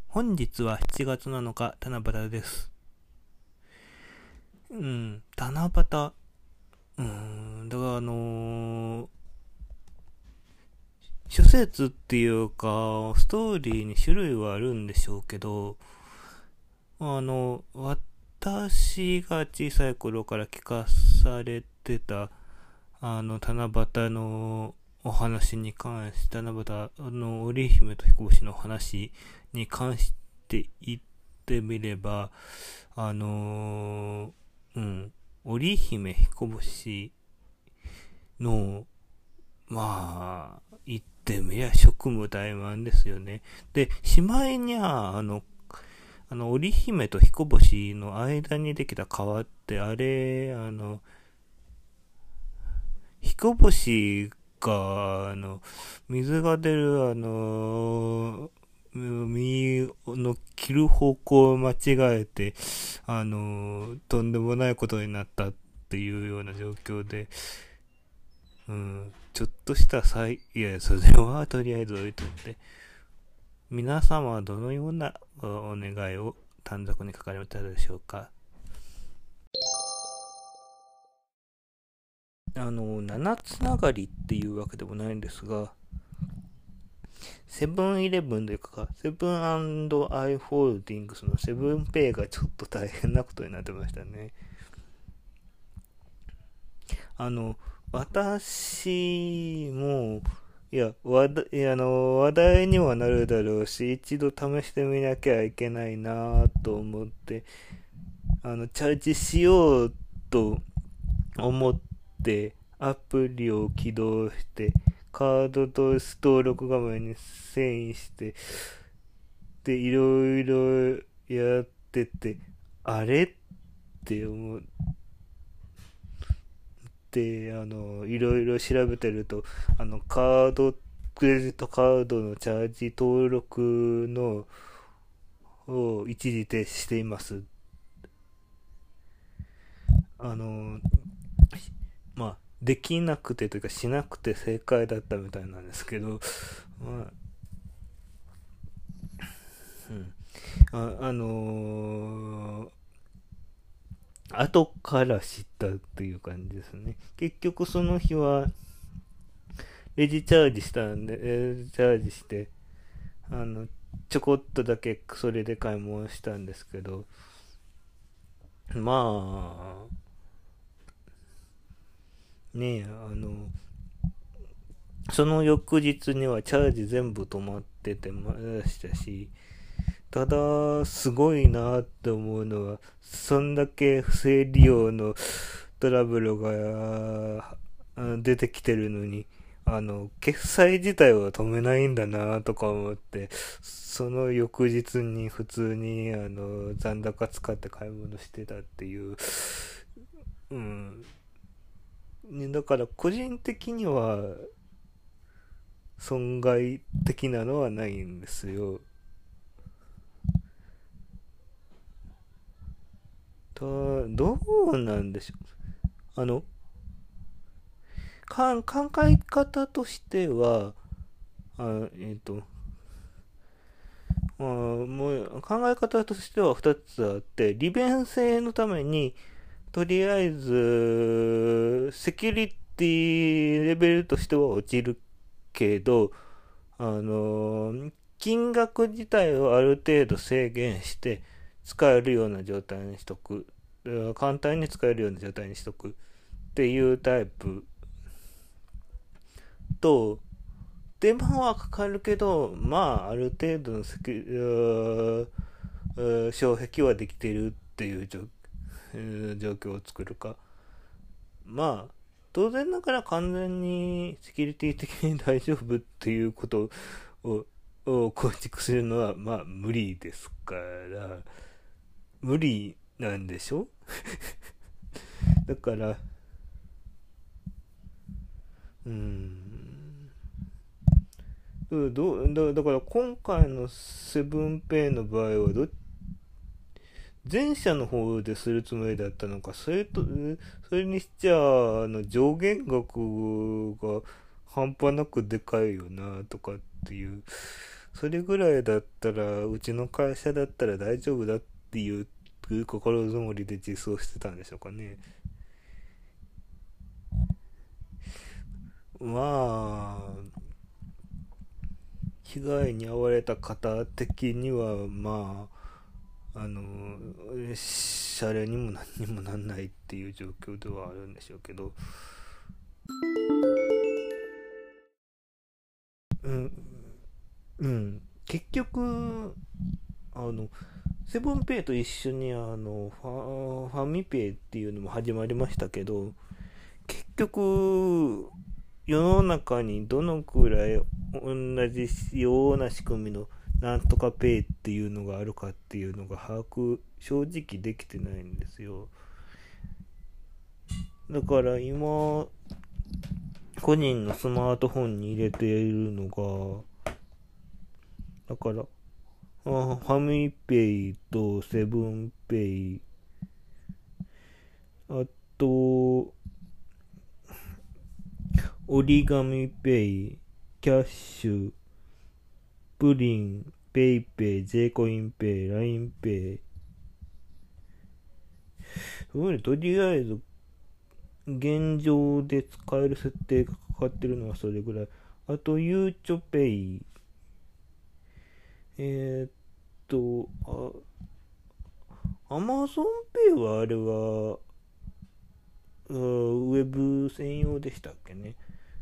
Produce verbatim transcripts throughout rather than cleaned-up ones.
本日はしちがつなのか、七夕です。うん、七夕。うん、だからあのー諸説っていうか、ストーリーに種類はあるんでしょうけど、あの、私が小さい頃から聞かされてた、あの、七夕のお話に関して、七夕の織姫と彦星の話に関して言ってみれば、あのー、うん、織姫彦星の、まあ、言ってみりゃ職務怠慢ですよね。で、しまいにゃ、あの、あの、織姫と彦星の間にできた川って、あれ、あの、彦星が、あの、水が出る、あの、身の切る方向を間違えて、あの、とんでもないことになったっていうような状況で、うん、ちょっとした際、いや、それはとりあえず置いといて、皆様はどのようなお願いを短冊に書かれたでしょうか。あの、七つながりっていうわけでもないんですが、セブンイレブンというか、セブンアイ・ホールディングスのセブンペイがちょっと大変なことになってましたね。あの、私も、いや、話題、いやあの、話題にはなるだろうし、一度試してみなきゃいけないなと思って、あの、チャージしようと思って、アプリを起動して、カードと登録画面に遷移して、で、いろいろやってて、あれって思って、あの、いろいろ調べてると、あの、カード、クレジットカードのチャージ登録の、を一時停止しています。あの、まあ、できなくてというかしなくて正解だったみたいなんですけど、まあ、うん。あ、あのー後から知ったっていう感じですね。結局その日は、レジチャージしたんで、レジチャージして、あの、ちょこっとだけそれで買い物したんですけど、まあ、ねえ、あの、その翌日にはチャージ全部止まっててましたし、ただ、すごいなって思うのは、そんだけ不正利用のトラブルが出てきてるのに、あの、決済自体は止めないんだなとか思って、その翌日に普通に、あの、残高使って買い物してたっていう、うん。ね、だから個人的には損害的なのはないんですよ。たどうなんでしょう。あの、か考え方としては、あえっ、と、あもう考え方としてはふたつあって、利便性のために、とりあえず、セキュリティレベルとしては落ちるけど、あの、金額自体をある程度制限して使えるような状態にしとく。簡単に使えるような状態にしとくっていうタイプと、手間はかかるけど、まあ、ある程度のセキュ障壁はできているっていう状状況を作るか。まあ、当然ながら完全にセキュリティ的に大丈夫っていうことをを構築するのは、まあ、無理ですから、無理なんでしょ。だから、うーん、どだだから今回のセブンペイの場合はど前者の方でするつもりだったのか、それと、それにしちゃ、あの、上限額が半端なくでかいよな、とかっていう。 それぐらいだったら、うちの会社だったら大丈夫だっていう心づもりで実装してたんでしょうかね。まあ、被害に遭われた方的には、まあ、あの、シャレにも何にもなんないっていう状況ではあるんでしょうけど、うん、うん、結局、あの、セブンペイと一緒にあのファ、ファミペイっていうのも始まりましたけど、結局、世の中にどのくらい同じような仕組みのなんとかペイっていうのがあるかっていうのが把握正直できてないんですよ。だから今個人のスマートフォンに入れているのが、だからあファミペイとセブンペイ、あと折り紙ペイ、キャッシュ、プリン、ペイペイ、J コインペイ、ラインペイ。とりあえず、現状で使える設定がかかってるのはそれぐらい。あと、ゆうちょペイ。えー、っと、あ、アマゾンペイはあれは、ウェブ専用でしたっけね。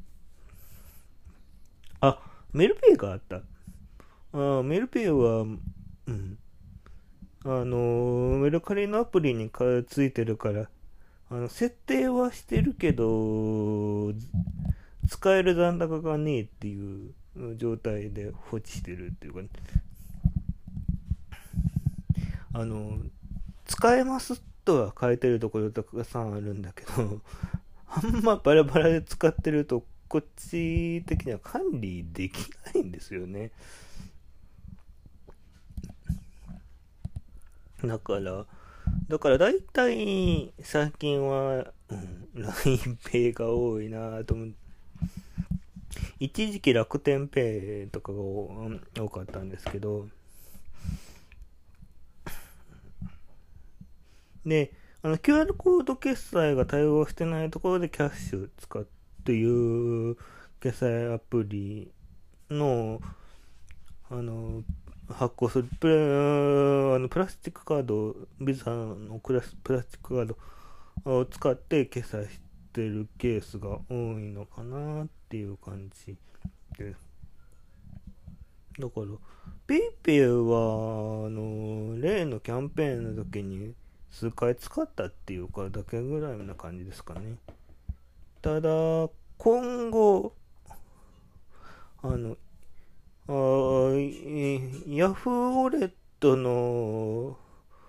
あ、メルペイがあった。あ、メルペイは、うん。あの、メルカリのアプリについてるから、あの、設定はしてるけど、使える残高がねえっていう状態で放置してるっていうか、ね、あの、使えますとは書いてるところたくさんあるんだけど、あんまバラバラで使ってると、こっち的には管理できないんですよね。だから、だから大体最近は、うん、ライン ペイが多いなと思って、一時期楽天ペイとかが多かったんですけど、で、あの キューアール コード決済が対応してないところでキャッシュ使っていう決済アプリの、あの、発行するプラあのプラスチックカード、ビザのプラスプラスチックカードを使って決済してるケースが多いのかなっていう感じです。だから、ペイペイは、あの、例のキャンペーンの時に数回使ったっていうかだけぐらいな感じですかね。ただ、今後、あの、あヤフーウォレットの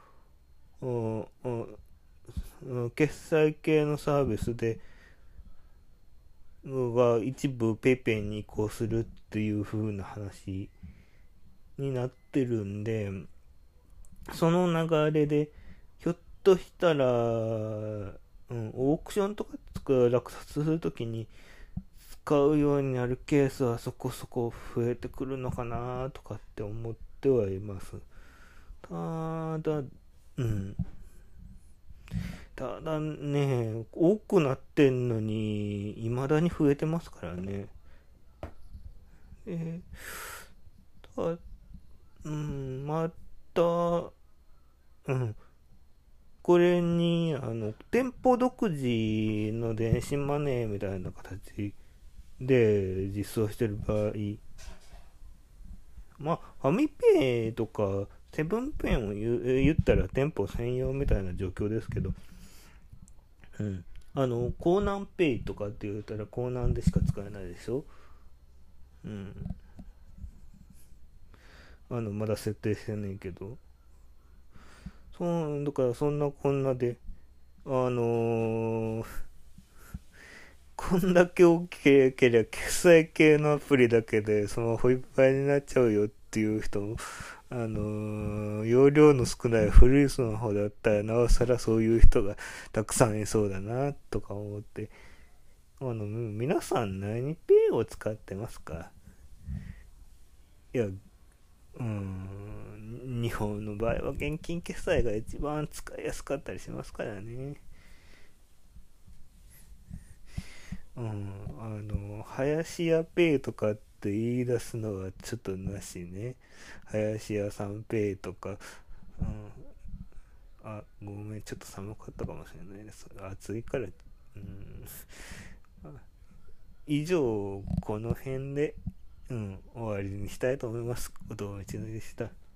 決済系のサービスでが一部ペイペイに移行するっていう風な話になってるんで、その流れでひょっとしたら、うん、オークションとか落札するときに使うようになるケースはそこそこ増えてくるのかなとかって思ってはいます。ただ、うん。ただね、多くなってんのに、未だに増えてますからね。えー、た、うん、また、うん、これに、あの、店舗独自の電子マネーみたいな形で実装してる場合、まあ、ファミペイとか、セブンペイも言言ったら店舗専用みたいな状況ですけど、うん。あの、コーナンペイとかって言ったらコーナンでしか使えないでしょ。うん。あの、まだ設定してないけど。そう、だからそんなこんなで、あのー、こんだけ大きければ決済系のアプリだけでスマホいっぱいになっちゃうよっていう人も、あのー、容量の少ない古いスマホだったらなおさらそういう人がたくさんいそうだなとか思って、あの皆さん何ペイを使ってますか？いや、 うん、日本の場合は現金決済が一番使いやすかったりしますからね。うん、あの、林家ペイとかって言い出すのはちょっとなしね。林家さんペイとか、うん、あ、ごめん、ちょっと寒かったかもしれないです。暑いから、うん、以上、この辺で、うん、終わりにしたいと思います。おともみちのでした。